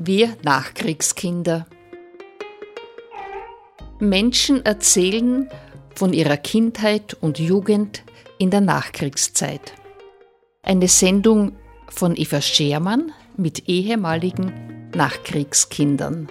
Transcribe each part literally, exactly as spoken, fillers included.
Wir Nachkriegskinder. Menschen erzählen von ihrer Kindheit und Jugend in der Nachkriegszeit. Eine Sendung von Eva Schermann mit ehemaligen Nachkriegskindern.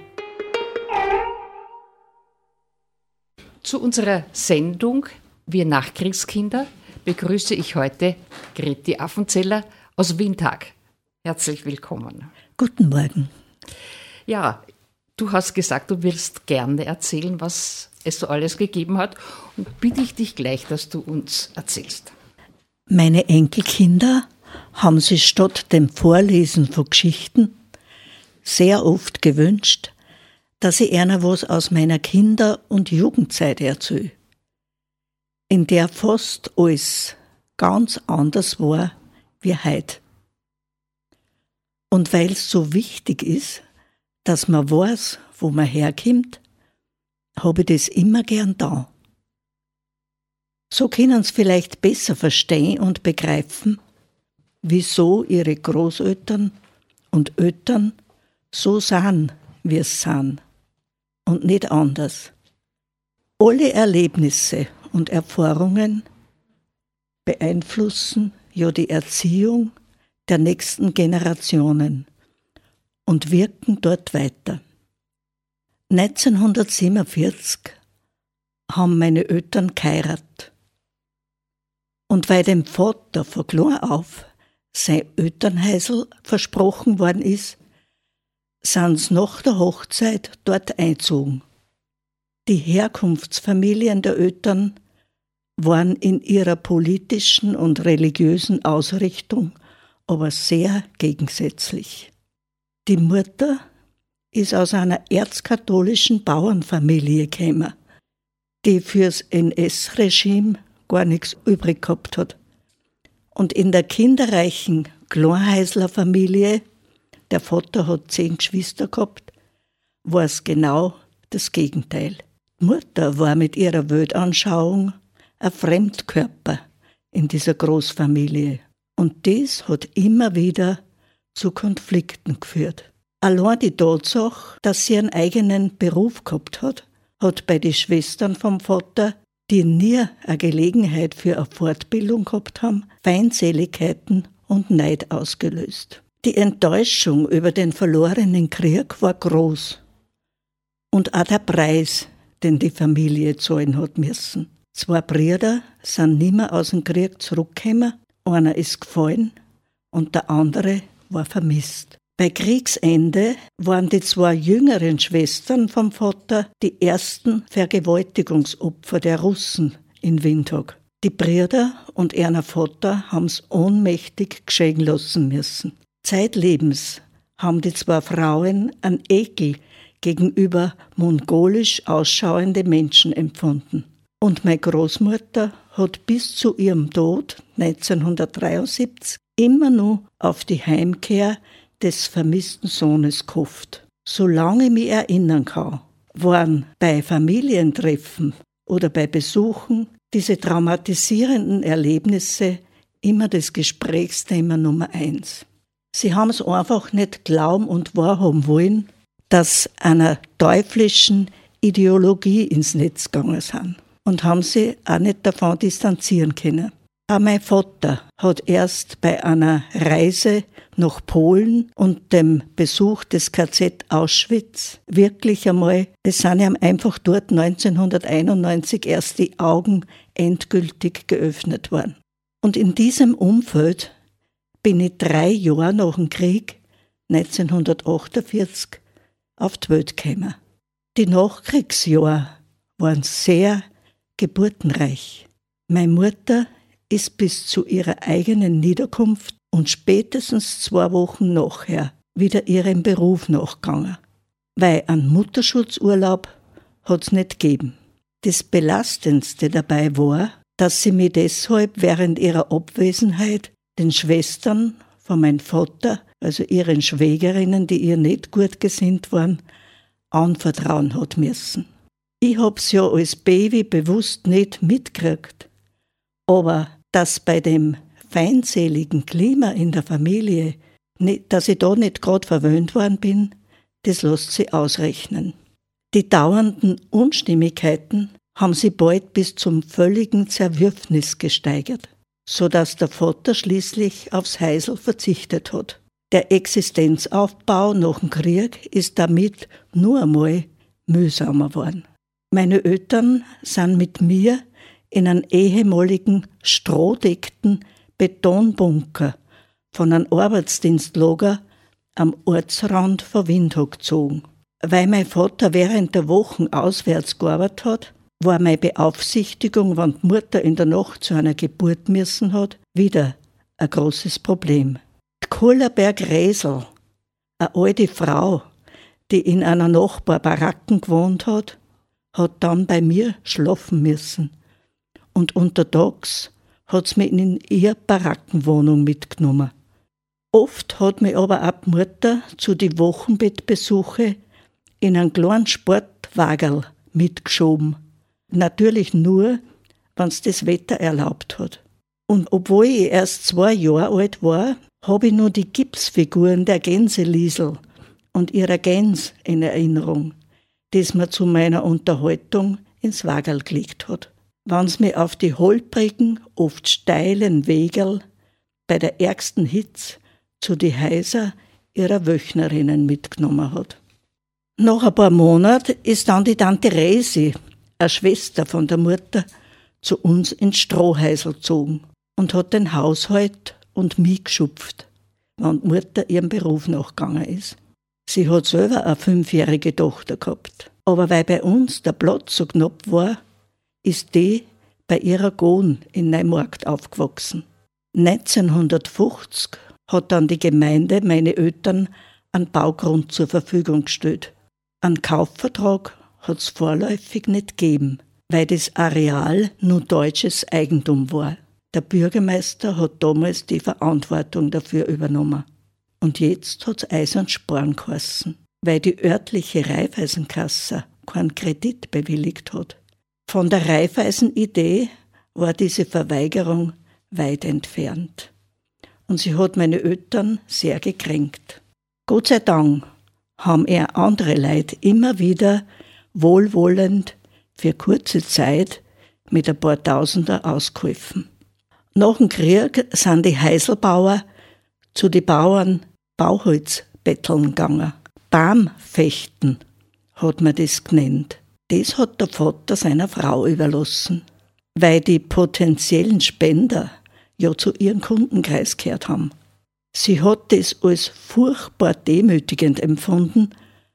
Zu unserer Sendung Wir Nachkriegskinder begrüße ich heute Greti Affenzeller aus Windhag. Herzlich willkommen. Guten Morgen. Ja, du hast gesagt, du willst gerne erzählen, was es so alles gegeben hat. Und bitte ich dich gleich, dass du uns erzählst. Meine Enkelkinder haben sich statt dem Vorlesen von Geschichten sehr oft gewünscht, dass ich ihnen was aus meiner Kinder- und Jugendzeit erzähle, in der fast alles ganz anders war wie heute. Und weil es so wichtig ist, dass man weiß, wo man herkommt, habe ich das immer gern da. So können sie vielleicht besser verstehen und begreifen, wieso ihre Großeltern und Eltern so sind, wie es sind und nicht anders. Alle Erlebnisse und Erfahrungen beeinflussen ja die Erziehung der nächsten Generationen und wirken dort weiter. neunzehnhundertsiebenundvierzig haben meine Eltern geheiratet. Und weil dem Vater von klein auf sein Elternhäusl versprochen worden ist, sind sie nach der Hochzeit dort eingezogen. Die Herkunftsfamilien der Eltern waren in ihrer politischen und religiösen Ausrichtung aber sehr gegensätzlich. Die Mutter ist aus einer erzkatholischen Bauernfamilie gekommen, die fürs N S-Regime gar nichts übrig gehabt hat. Und in der kinderreichen Kleinhäusler-Familie, der Vater hat zehn Geschwister gehabt, war es genau das Gegenteil. Die Mutter war mit ihrer Weltanschauung ein Fremdkörper in dieser Großfamilie. Und das hat immer wieder zu Konflikten geführt. Allein die Tatsache, dass sie einen eigenen Beruf gehabt hat, hat bei den Schwestern vom Vater, die nie eine Gelegenheit für eine Fortbildung gehabt haben, Feindseligkeiten und Neid ausgelöst. Die Enttäuschung über den verlorenen Krieg war groß. Und auch der Preis, den die Familie zahlen hat müssen. Zwei Brüder sind nimmer aus dem Krieg zurückgekommen. Einer ist gefallen und der andere war vermisst. Bei Kriegsende waren die zwei jüngeren Schwestern vom Vater die ersten Vergewaltigungsopfer der Russen in Windhag. Die Brüder und ihr Vater haben's ohnmächtig geschehen lassen müssen. Zeitlebens haben die zwei Frauen einen Ekel gegenüber mongolisch ausschauende Menschen empfunden. Und meine Großmutter hat bis zu ihrem Tod neunzehnhundertdreiundsiebzig immer nur auf die Heimkehr des vermissten Sohnes gehofft. Solange ich mich erinnern kann, waren bei Familientreffen oder bei Besuchen diese traumatisierenden Erlebnisse immer das Gesprächsthema Nummer eins. Sie haben es einfach nicht glauben und wahrhaben wollen, dass einer teuflischen Ideologie ins Netz gegangen sind. Und haben sie auch nicht davon distanzieren können. Auch mein Vater hat erst bei einer Reise nach Polen und dem Besuch des K Z Auschwitz wirklich einmal, es sind ihm einfach dort neunzehnhunderteinundneunzig erst die Augen endgültig geöffnet worden. Und in diesem Umfeld bin ich drei Jahre nach dem Krieg, neunzehnhundertachtundvierzig, auf die Welt gekommen. Die Nachkriegsjahre waren sehr geburtenreich. Meine Mutter ist bis zu ihrer eigenen Niederkunft und spätestens zwei Wochen nachher wieder ihrem Beruf nachgegangen. Weil einen Mutterschutzurlaub hat es nicht gegeben. Das Belastendste dabei war, dass sie mich deshalb während ihrer Abwesenheit den Schwestern von meinem Vater, also ihren Schwägerinnen, die ihr nicht gut gesinnt waren, anvertrauen hat müssen. Ich hab's ja als Baby bewusst nicht mitgekriegt. Aber dass bei dem feindseligen Klima in der Familie, dass ich da nicht gerade verwöhnt worden bin, das lässt sich ausrechnen. Die dauernden Unstimmigkeiten haben sie bald bis zum völligen Zerwürfnis gesteigert, so dass der Vater schließlich aufs Heisel verzichtet hat. Der Existenzaufbau nach dem Krieg ist damit nur einmal mühsamer geworden. Meine Eltern sind mit mir in einen ehemaligen strohdeckten Betonbunker von einem Arbeitsdienstlager am Ortsrand von Windhoek gezogen. Weil mein Vater während der Wochen auswärts gearbeitet hat, war meine Beaufsichtigung, wenn die Mutter in der Nacht zu einer Geburt müssen hat, wieder ein großes Problem. Die Kohlerberg-Resel, eine alte Frau, die in einer Nachbarbaracken gewohnt hat, hat dann bei mir schlafen müssen. Und untertags hat sie mich in ihre Barackenwohnung mitgenommen. Oft hat mich aber auch die Mutter zu den Wochenbettbesuche in einen kleinen Sportwagerl mitgeschoben. Natürlich nur, wenn es das Wetter erlaubt hat. Und obwohl ich erst zwei Jahre alt war, habe ich nur die Gipsfiguren der Gänseliesel und ihrer Gäns in Erinnerung, das mir zu meiner Unterhaltung ins Wagerl gelegt hat. Wenn es mir auf die holprigen, oft steilen Wegerl bei der ärgsten Hitze zu die Häuser ihrer Wöchnerinnen mitgenommen hat. Nach ein paar Monaten ist dann die Tante Resi, eine Schwester von der Mutter, zu uns ins Strohhäusl gezogen und hat den Haushalt und mich geschupft, wenn die Mutter ihrem Beruf nachgegangen ist. Sie hat selber eine fünfjährige Tochter gehabt, aber weil bei uns der Platz so knapp war, ist die bei ihrer Gohn in Neumarkt aufgewachsen. neunzehnhundertfünfzig hat dann die Gemeinde meine Eltern einen Baugrund zur Verfügung gestellt. Einen Kaufvertrag hat es vorläufig nicht gegeben, weil das Areal nur deutsches Eigentum war. Der Bürgermeister hat damals die Verantwortung dafür übernommen. Und jetzt hat es eisern sparen geheißen, weil die örtliche Raiffeisenkasse keinen Kredit bewilligt hat. Von der Raiffeisen-Idee war diese Verweigerung weit entfernt. Und sie hat meine Eltern sehr gekränkt. Gott sei Dank haben ihr andere Leute immer wieder wohlwollend für kurze Zeit mit ein paar Tausender ausgeholfen. Nach dem Krieg sind die Heiselbauer zu den Bauern Bauholzbetteln gegangen. Baumfechten hat man das genannt. Das hat der Vater seiner Frau überlassen, weil die potenziellen Spender ja zu ihrem Kundenkreis gehört haben. Sie hat das als furchtbar demütigend empfunden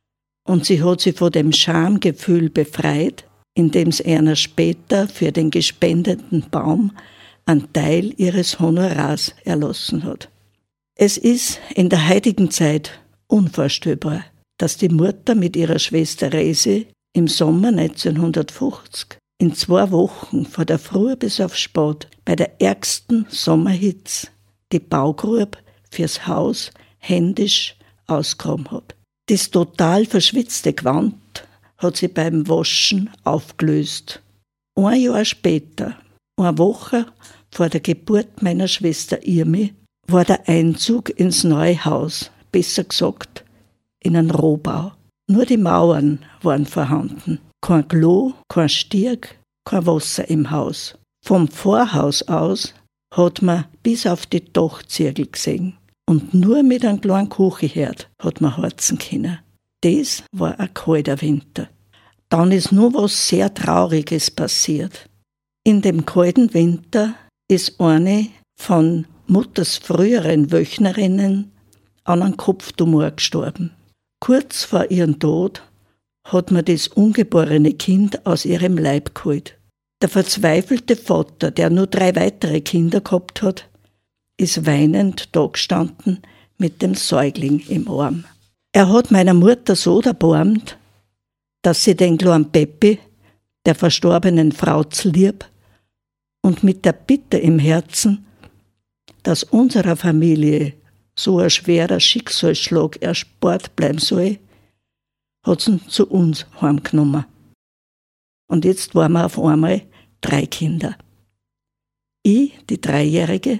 und sie hat sich von dem Schamgefühl befreit, indem sie einer später für den gespendeten Baum einen Teil ihres Honorars erlassen hat. Es ist in der heutigen Zeit unvorstellbar, dass die Mutter mit ihrer Schwester Resi im Sommer neunzehnhundertfünfzig in zwei Wochen von der Früh bis auf Spät bei der ärgsten Sommerhitze die Baugrube fürs Haus händisch ausgegraben hat. Das total verschwitzte Gewand hat sie beim Waschen aufgelöst. Ein Jahr später, eine Woche vor der Geburt meiner Schwester Irmi, war der Einzug ins neue Haus, besser gesagt in einen Rohbau. Nur die Mauern waren vorhanden. Kein Klo, kein Stieg, kein Wasser im Haus. Vom Vorhaus aus hat man bis auf die Dachzirkel gesehen. Und nur mit einem kleinen Kuchenherd hat man heizen können. Das war ein kalter Winter. Dann ist nur was sehr Trauriges passiert. In dem kalten Winter ist eine von Mutters früheren Wöchnerinnen an einem Kopftumor gestorben. Kurz vor ihrem Tod hat man das ungeborene Kind aus ihrem Leib geholt. Der verzweifelte Vater, der nur drei weitere Kinder gehabt hat, ist weinend dagestanden mit dem Säugling im Arm. Er hat meiner Mutter so erbarmt, dass sie den kleinen Peppi, der verstorbenen Frau zulieb, und mit der Bitte im Herzen, dass unserer Familie so ein schwerer Schicksalsschlag erspart bleiben soll, hat sie zu uns heimgenommen. Und jetzt waren wir auf einmal drei Kinder. Ich, die Dreijährige,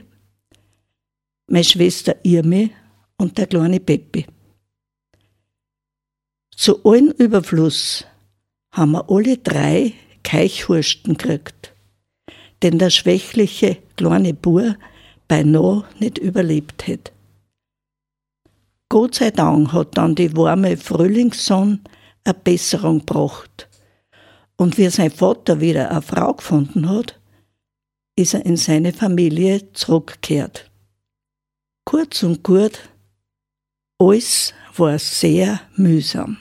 meine Schwester Irmi und der kleine Peppi. Zu allen Überfluss haben wir alle drei Keichhursten gekriegt, den der schwächliche kleine Bub beinahe nicht überlebt hätte. Gott sei Dank hat dann die warme Frühlingssonne eine Besserung gebracht. Und wie sein Vater wieder eine Frau gefunden hat, ist er in seine Familie zurückgekehrt. Kurz und gut, alles war sehr mühsam.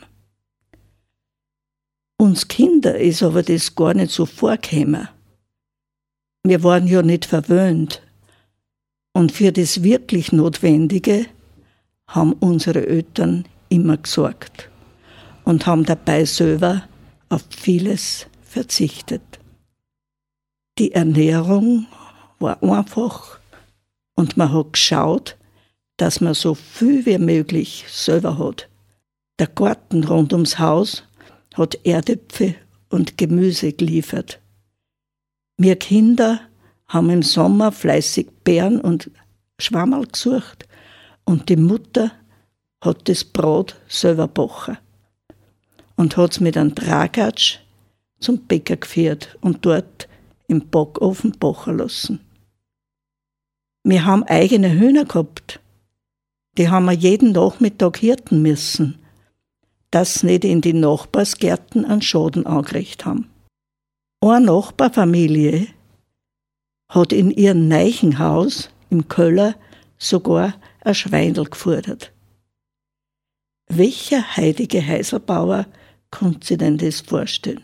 Uns Kinder ist aber das gar nicht so vorgekommen. Wir waren ja nicht verwöhnt. Und für das wirklich Notwendige haben unsere Eltern immer gesorgt und haben dabei selber auf vieles verzichtet. Die Ernährung war einfach und man hat geschaut, dass man so viel wie möglich selber hat. Der Garten rund ums Haus hat Erdäpfel und Gemüse geliefert. Wir Kinder haben im Sommer fleißig Beeren und Schwammerl gesucht und die Mutter hat das Brot selber gebacken und hat es mit einem Tragatsch zum Bäcker geführt und dort im Backofen backen lassen. Wir haben eigene Hühner gehabt. Die haben wir jeden Nachmittag hirten müssen, dass sie nicht in die Nachbarsgärten einen Schaden angerichtet haben. Eine Nachbarfamilie hat in ihrem neuen Haus im Keller sogar ein Schweinl gefordert. Welcher heilige Häuselbauer konnte sich denn das vorstellen?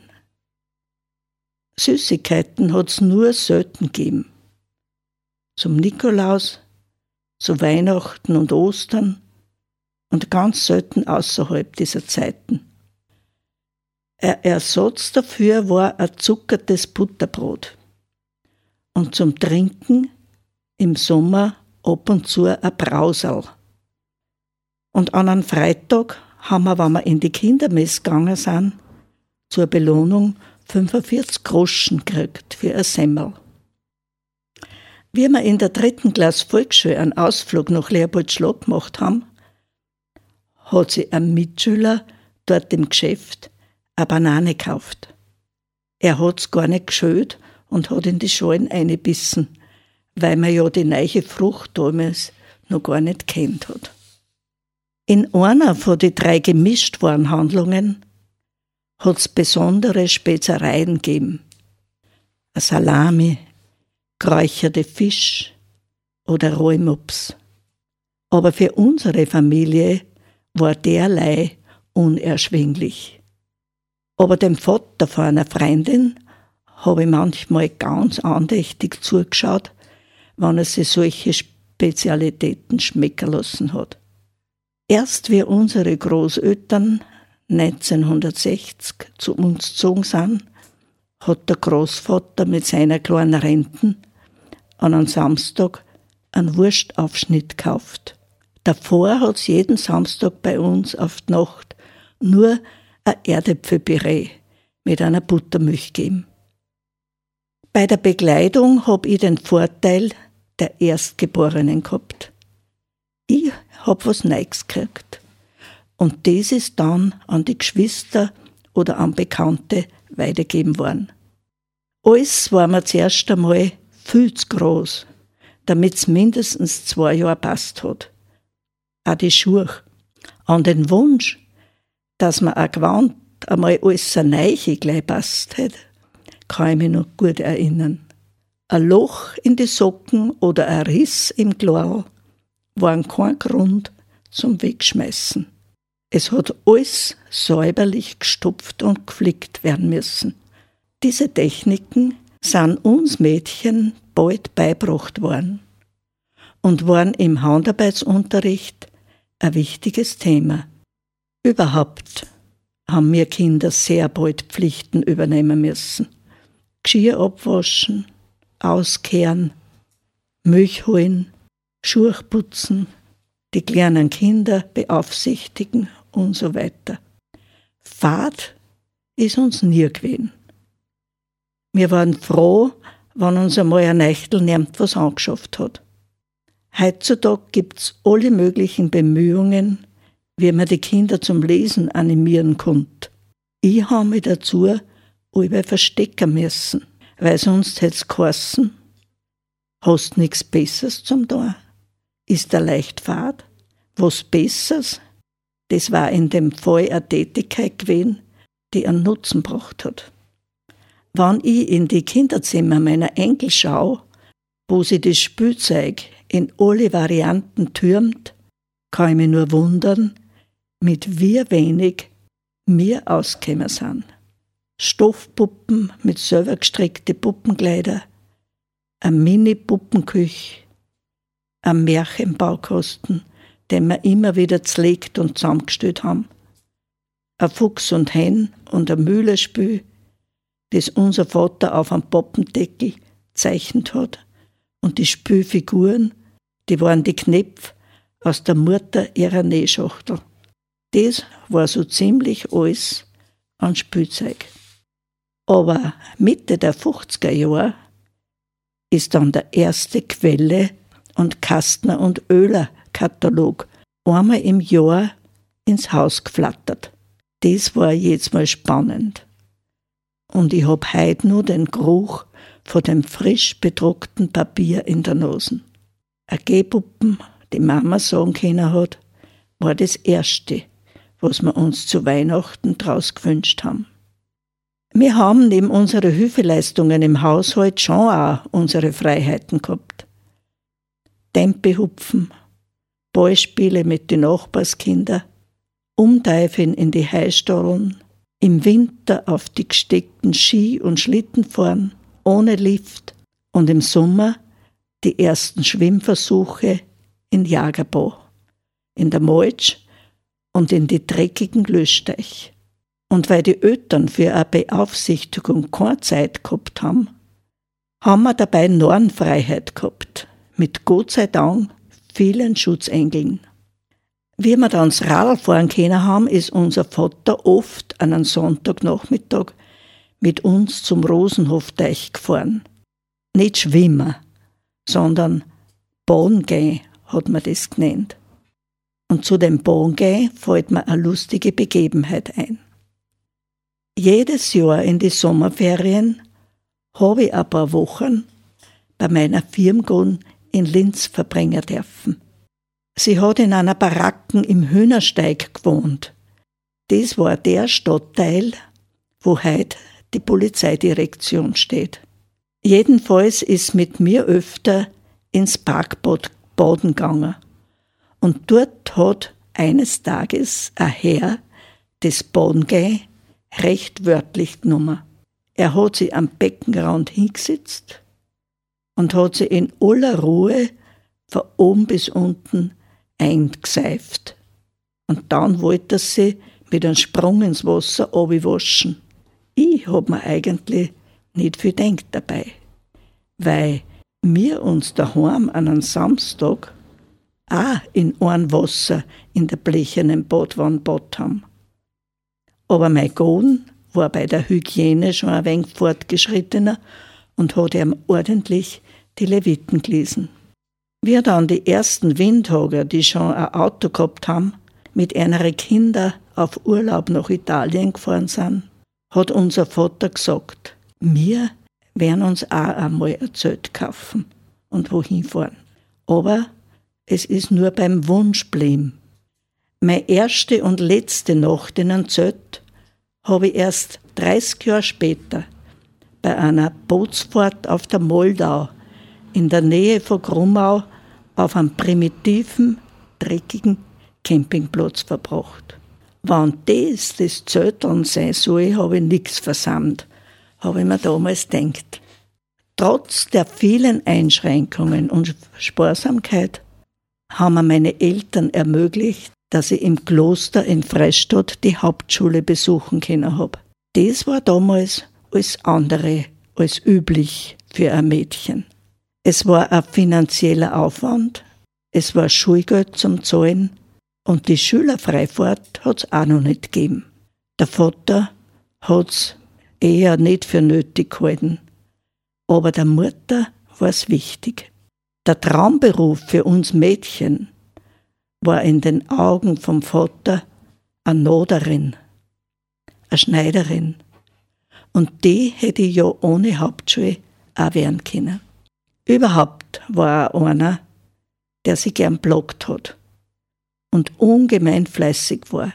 Süßigkeiten hat es nur selten gegeben. Zum Nikolaus, zu Weihnachten und Ostern und ganz selten außerhalb dieser Zeiten. Ein Ersatz dafür war ein zuckertes Butterbrot. Und zum Trinken im Sommer ab und zu ein Brauserl. Und an einem Freitag haben wir, wenn wir in die Kindermesse gegangen sind, zur Belohnung fünfundvierzig Groschen gekriegt für ein Semmel. Wie wir in der dritten Klasse Volksschule einen Ausflug nach Leopoldschlag gemacht haben, hat sich ein Mitschüler dort im Geschäft eine Banane gekauft. Er hat's gar nicht geschält und hat in die Schalen eingebissen, weil man ja die neue Frucht damals noch gar nicht kennt hat. In einer von den drei Gemischtwarenhandlungen hat es besondere Spezereien gegeben. Eine Salami, geräucherte Fisch oder Rollmops. Aber für unsere Familie war derlei unerschwinglich. Aber dem Vater von einer Freundin habe ich manchmal ganz andächtig zugeschaut, wenn er sich solche Spezialitäten schmecken lassen hat. Erst wie unsere Großeltern neunzehnhundertsechzig zu uns gezogen sind, hat der Großvater mit seiner kleinen Renten an einem Samstag einen Wurstaufschnitt gekauft. Davor hat es jeden Samstag bei uns auf die Nacht nur ein Erdäpfelpüree mit einer Buttermilch gegeben. Bei der Bekleidung habe ich den Vorteil der Erstgeborenen gehabt. Ich habe was Neues gekriegt. Und das ist dann an die Geschwister oder an Bekannte weitergegeben worden. Alles war mir zuerst einmal viel zu groß, damit es mindestens zwei Jahre passt hat. Auch die Schuhe. An den Wunsch, dass mir ein Gewand einmal alles ein Neiche gleich passt hätte, kann ich mich noch gut erinnern. Ein Loch in die Socken oder ein Riss im Klarl waren kein Grund zum Wegschmeißen. Es hat alles säuberlich gestopft und geflickt werden müssen. Diese Techniken sind uns Mädchen bald beigebracht worden und waren im Handarbeitsunterricht ein wichtiges Thema. Überhaupt haben wir Kinder sehr bald Pflichten übernehmen müssen. Geschirr abwaschen, auskehren, Milch holen, Schuhe putzen, die kleinen Kinder beaufsichtigen und so weiter. Fad ist uns nie gewesen. Wir waren froh, wenn uns einmal ein Nächtel niemand was angeschafft hat. Heutzutage gibt's alle möglichen Bemühungen, wie man die Kinder zum Lesen animieren konnte. Ich habe mich dazu über verstecken müssen, weil sonst hätte es geheißen, hast nichts Besseres zum tun? Ist der leicht fad? Was Besseres? Das war in dem Fall eine Tätigkeit gewesen, die einen Nutzen gebracht hat. Wenn ich in die Kinderzimmer meiner Enkel schaue, wo sie das Spielzeug in alle Varianten türmt, kann ich mich nur wundern, mit wie wenig wir ausgekommen sind. Stoffpuppen mit selber gestrickten Puppenkleider, eine Mini-Puppenküche, ein Märchenbaukasten, den wir immer wieder zerlegt und zusammengestellt haben, ein Fuchs und Hen und ein Mühlenspiel, das unser Vater auf einem Pappendeckel gezeichnet hat, und die Spielfiguren, die waren die Knöpfe aus der Mutter ihrer Nähschachtel. Das war so ziemlich alles an Spielzeug. Aber Mitte der fünfziger Jahre ist dann der erste Quelle- und Kastner- und Oehler-Katalog einmal im Jahr ins Haus geflattert. Das war jetzt mal spannend. Und ich hab heut nur den Geruch von dem frisch bedruckten Papier in der Nase. Eine Gehpuppen, die Mama sagen können hat, war das Erste, was wir uns zu Weihnachten draus gewünscht haben. Wir haben neben unseren Hilfeleistungen im Haushalt schon auch unsere Freiheiten gehabt. Tempehupfen, Ballspiele mit den Nachbarskindern, Umteifeln in die Heistollen, im Winter auf die gesteckten Ski- und Schlitten fahren, ohne Lift, und im Sommer die ersten Schwimmversuche in Jagerbau, in der Malsch und in die dreckigen Löschteich. Und weil die Eltern für eine Beaufsichtigung keine Zeit gehabt haben, haben wir dabei Narrenfreiheit gehabt, mit Gott sei Dank vielen Schutzengeln. Wie wir dann das Radl fahren können haben, ist unser Vater oft an einem Sonntagnachmittag mit uns zum Rosenhofteich gefahren. Nicht schwimmen, sondern Bahn gehen, hat man das genannt. Und zu dem Bahn gehen fällt mir eine lustige Begebenheit ein. Jedes Jahr in die Sommerferien habe ich ein paar Wochen bei meiner Firmgun in Linz verbringen dürfen. Sie hat in einer Baracken im Hühnersteig gewohnt. Das war der Stadtteil, wo heute die Polizeidirektion steht. Jedenfalls ist mit mir öfter ins Parkbad baden gegangen. Und dort hat eines Tages ein Herr das Badengehen recht wörtlich genommen. Er hat sich am Beckenrand hingesetzt und hat sie in aller Ruhe von oben bis unten eingeseift. Und dann wollte er sie mit einem Sprung ins Wasser abwaschen. Ich hab mir eigentlich nicht viel gedacht dabei, weil wir uns daheim an einem Samstag auch in einem Wasser in der blechernen Badwanne badet haben. Aber mein Gaden war bei der Hygiene schon ein wenig fortgeschrittener und hat ihm ordentlich die Leviten gelesen. Wir dann die ersten Windhager, die schon ein Auto gehabt haben, mit ihren Kindern auf Urlaub nach Italien gefahren sind, hat unser Vater gesagt, wir werden uns auch einmal ein Zelt kaufen und wohin fahren. Aber es ist nur beim Wunsch geblieben. Meine erste und letzte Nacht in einem Zelt habe ich erst dreißig Jahre später bei einer Bootsfahrt auf der Moldau in der Nähe von Grumau auf einem primitiven, dreckigen Campingplatz verbracht. Wenn das das Zelteln sein soll, habe ich nichts versammelt, habe ich mir damals gedacht. Trotz der vielen Einschränkungen und Sparsamkeit haben mir meine Eltern ermöglicht, dass ich im Kloster in Freistadt die Hauptschule besuchen können habe. Das war damals alles andere als üblich für ein Mädchen. Es war ein finanzieller Aufwand, es war Schulgeld zum Zahlen und die Schülerfreifahrt hat es auch noch nicht gegeben. Der Vater hat es eher nicht für nötig gehalten, aber der Mutter war es wichtig. Der Traumberuf für uns Mädchen war in den Augen vom Vater eine Noderin, eine Schneiderin. Und die hätte ich ja ohne Hauptschule auch werden können. Überhaupt war er einer, der sich gern blockt hat und ungemein fleißig war.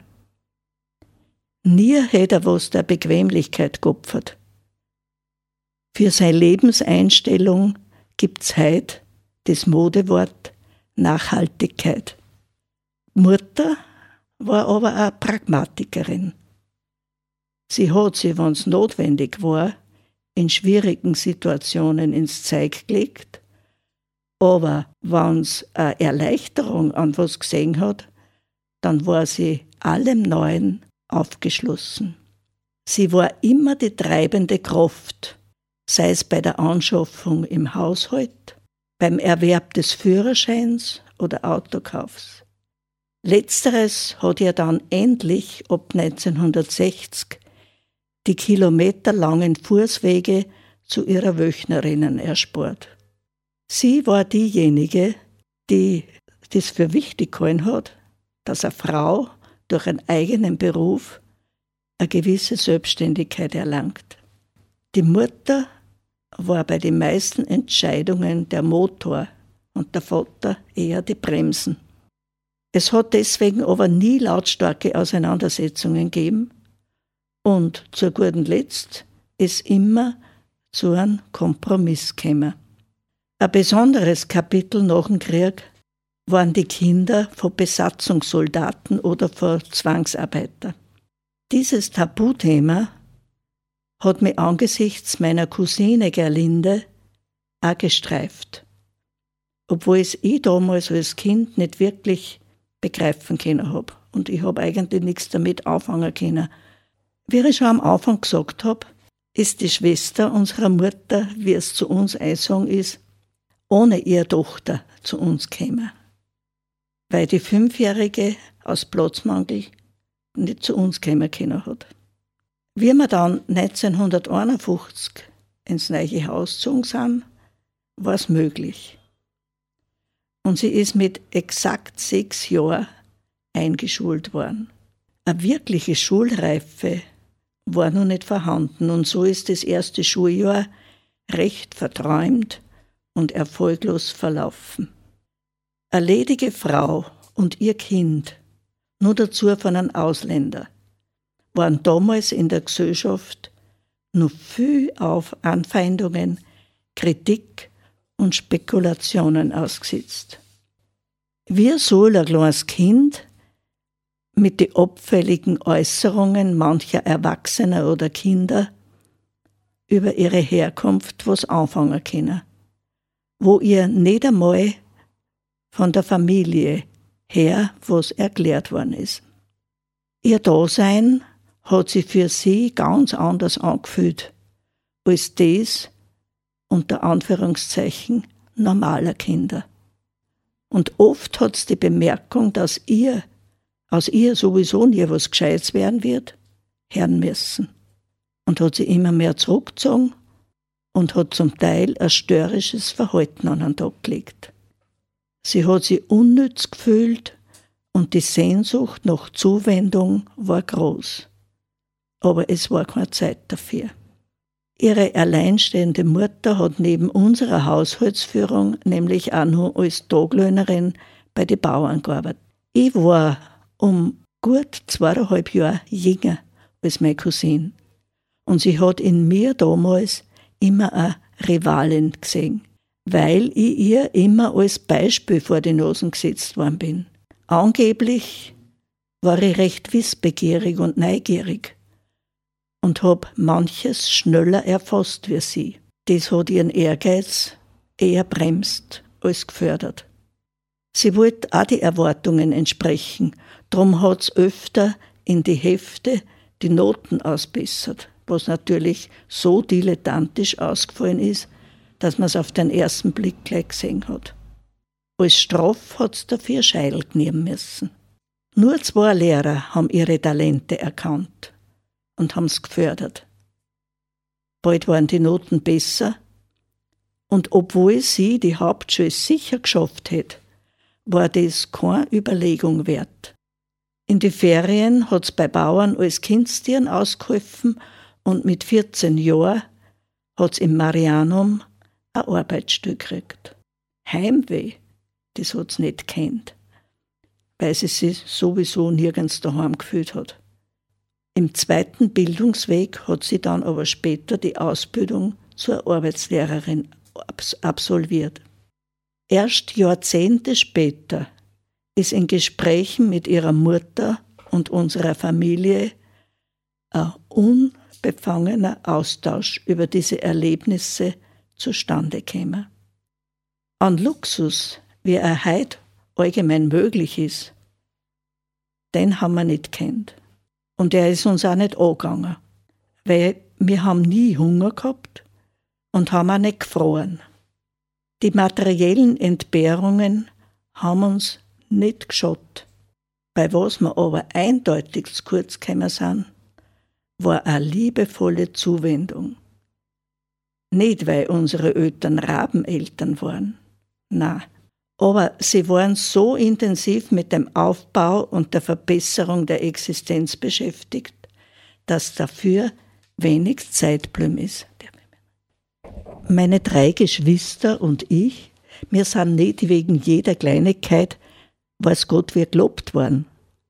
Nie hätte er was der Bequemlichkeit geopfert. Für seine Lebenseinstellung gibt's heute das Modewort Nachhaltigkeit. Mutter war aber eine Pragmatikerin. Sie hat sich, wenn es notwendig war, in schwierigen Situationen ins Zeug gelegt, aber wenn es eine Erleichterung an was gesehen hat, dann war sie allem Neuen aufgeschlossen. Sie war immer die treibende Kraft, sei es bei der Anschaffung im Haushalt, beim Erwerb des Führerscheins oder Autokaufs. Letzteres hat ihr dann endlich ab neunzehnhundertsechzig die kilometerlangen Fußwege zu ihrer Wöchnerinnen erspart. Sie war diejenige, die das für wichtig gehalten hat, dass eine Frau durch einen eigenen Beruf eine gewisse Selbstständigkeit erlangt. Die Mutter war bei den meisten Entscheidungen der Motor und der Vater eher die Bremsen. Es hat deswegen aber nie lautstarke Auseinandersetzungen gegeben und zur guten Letzt ist immer zu einem Kompromiss gekommen. Ein besonderes Kapitel nach dem Krieg waren die Kinder von Besatzungssoldaten oder von Zwangsarbeitern. Dieses Tabuthema hat mich angesichts meiner Cousine Gerlinde auch gestreift, obwohl es ich damals als Kind nicht wirklich begreifen können habe und ich habe eigentlich nichts damit anfangen können. Wie ich schon am Anfang gesagt habe, ist die Schwester unserer Mutter, wie es zu uns einsagen ist, ohne ihre Tochter zu uns gekommen, weil die Fünfjährige aus Platzmangel nicht zu uns kommen können hat. Wie wir dann neunzehnhunderteinundfünfzig ins neue Haus gezogen sind, war es möglich. Und sie ist mit exakt sechs Jahren eingeschult worden. Eine wirkliche Schulreife war noch nicht vorhanden und so ist das erste Schuljahr recht verträumt und erfolglos verlaufen. Eine ledige Frau und ihr Kind, nur dazu von einem Ausländer, waren damals in der Gesellschaft noch viel auf Anfeindungen, Kritik und Spekulationen ausgesetzt. Wie soll ein kleines Kind mit den abfälligen Äußerungen mancher Erwachsener oder Kinder über ihre Herkunft was anfangen können, wo ihr nicht einmal von der Familie her was erklärt worden ist. Ihr Dasein hat sich für sie ganz anders angefühlt als das unter Anführungszeichen normaler Kinder. Und oft hat's die Bemerkung, dass ihr aus ihr sowieso nie was Gescheites werden wird, hören müssen. Und hat sie immer mehr zurückgezogen und hat zum Teil ein störrisches Verhalten an den Tag gelegt. Sie hat sich unnütz gefühlt und die Sehnsucht nach Zuwendung war groß. Aber es war keine Zeit dafür. Ihre alleinstehende Mutter hat neben unserer Haushaltsführung nämlich auch noch als Taglöhnerin bei den Bauern gearbeitet. Ich war um gut zweieinhalb Jahre jünger als meine Cousine und sie hat in mir damals immer eine Rivalin gesehen, weil ich ihr immer als Beispiel vor die Nasen gesetzt worden bin. Angeblich war ich recht wissbegierig und neugierig und hab manches schneller erfasst wie sie. Das hat ihren Ehrgeiz eher bremst als gefördert. Sie wollte auch die Erwartungen entsprechen, drum hat's öfter in die Hefte die Noten ausbessert, was natürlich so dilettantisch ausgefallen ist, dass man es auf den ersten Blick gleich gesehen hat. Als Strafe hat's dafür Scheidel nehmen müssen. Nur zwei Lehrer haben ihre Talente erkannt und haben's gefördert. Bald waren die Noten besser und obwohl sie die Hauptschule sicher geschafft hätte, war das keine Überlegung wert. In die Ferien hat's bei Bauern als Kindstieren ausgeholfen und mit vierzehn Jahren hat's im Marianum ein Arbeitsstelle gekriegt. Heimweh, das hat's nicht kennt, weil sie sich sowieso nirgends daheim gefühlt hat. Im zweiten Bildungsweg hat sie dann aber später die Ausbildung zur Arbeitslehrerin absolviert. Erst Jahrzehnte später ist in Gesprächen mit ihrer Mutter und unserer Familie ein unbefangener Austausch über diese Erlebnisse zustande gekommen. An Luxus, wie er heute allgemein möglich ist, den haben wir nicht kennt. Und er ist uns auch nicht angegangen, weil wir haben nie Hunger gehabt und haben auch nicht gefroren. Die materiellen Entbehrungen haben uns nicht geschaut. Bei was wir aber eindeutig zu kurz gekommen sind, war eine liebevolle Zuwendung. Nicht, weil unsere Eltern Rabeneltern waren, nein, aber sie waren so intensiv mit dem Aufbau und der Verbesserung der Existenz beschäftigt, dass dafür wenig Zeit geblieben ist. Meine drei Geschwister und ich, wir sind nicht wegen jeder Kleinigkeit, weiß Gott, wir gelobt worden.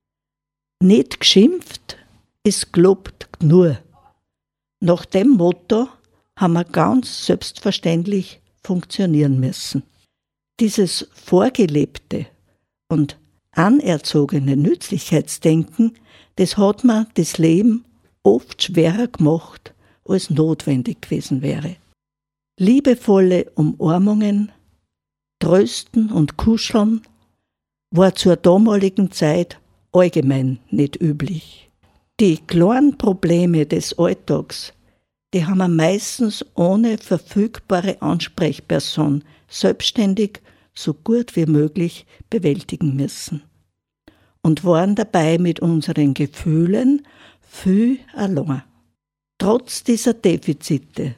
Nicht geschimpft ist gelobt nur. Nach dem Motto haben wir ganz selbstverständlich funktionieren müssen. Dieses vorgelebte und anerzogene Nützlichkeitsdenken, das hat mir das Leben oft schwerer gemacht, als notwendig gewesen wäre. Liebevolle Umarmungen, Trösten und Kuscheln war zur damaligen Zeit allgemein nicht üblich. Die kleinen Probleme des Alltags, die haben wir meistens ohne verfügbare Ansprechperson selbstständig so gut wie möglich bewältigen müssen und waren dabei mit unseren Gefühlen viel allein. Trotz dieser Defizite,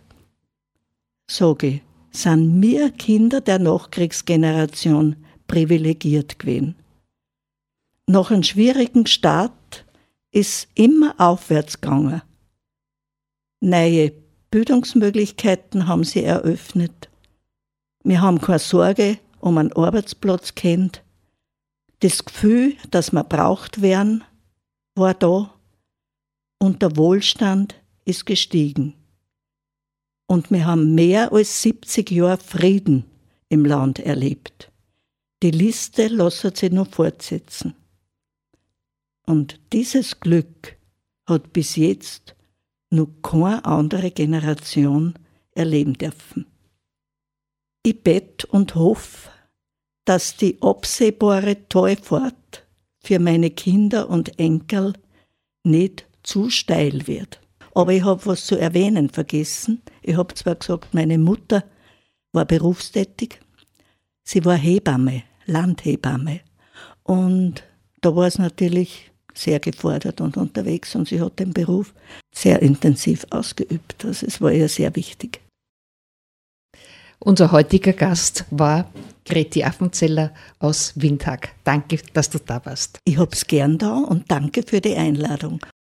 sage ich, sind wir Kinder der Nachkriegsgeneration privilegiert gewesen. Nach einem schwierigen Start ist immer aufwärts gegangen. Neue Bildungsmöglichkeiten haben sie eröffnet. Wir haben keine Sorge um einen Arbeitsplatz kennt. Das Gefühl, dass wir braucht werden, war da und der Wohlstand ist gestiegen. Und wir haben mehr als siebzig Jahre Frieden im Land erlebt. Die Liste lässt sich noch fortsetzen. Und dieses Glück hat bis jetzt noch keine andere Generation erleben dürfen. Ich bett und hoffe, dass die absehbare Talfahrt für meine Kinder und Enkel nicht zu steil wird. Aber ich habe was zu erwähnen vergessen. Ich habe zwar gesagt, meine Mutter war berufstätig. Sie war Hebamme, Landhebamme. Und da war es natürlich sehr gefordert und unterwegs und sie hat den Beruf sehr intensiv ausgeübt. Also es war ihr sehr wichtig. Unser heutiger Gast war Greti Affenzeller aus Windhag. Danke, dass du da warst. Ich hab's gern da und danke für die Einladung.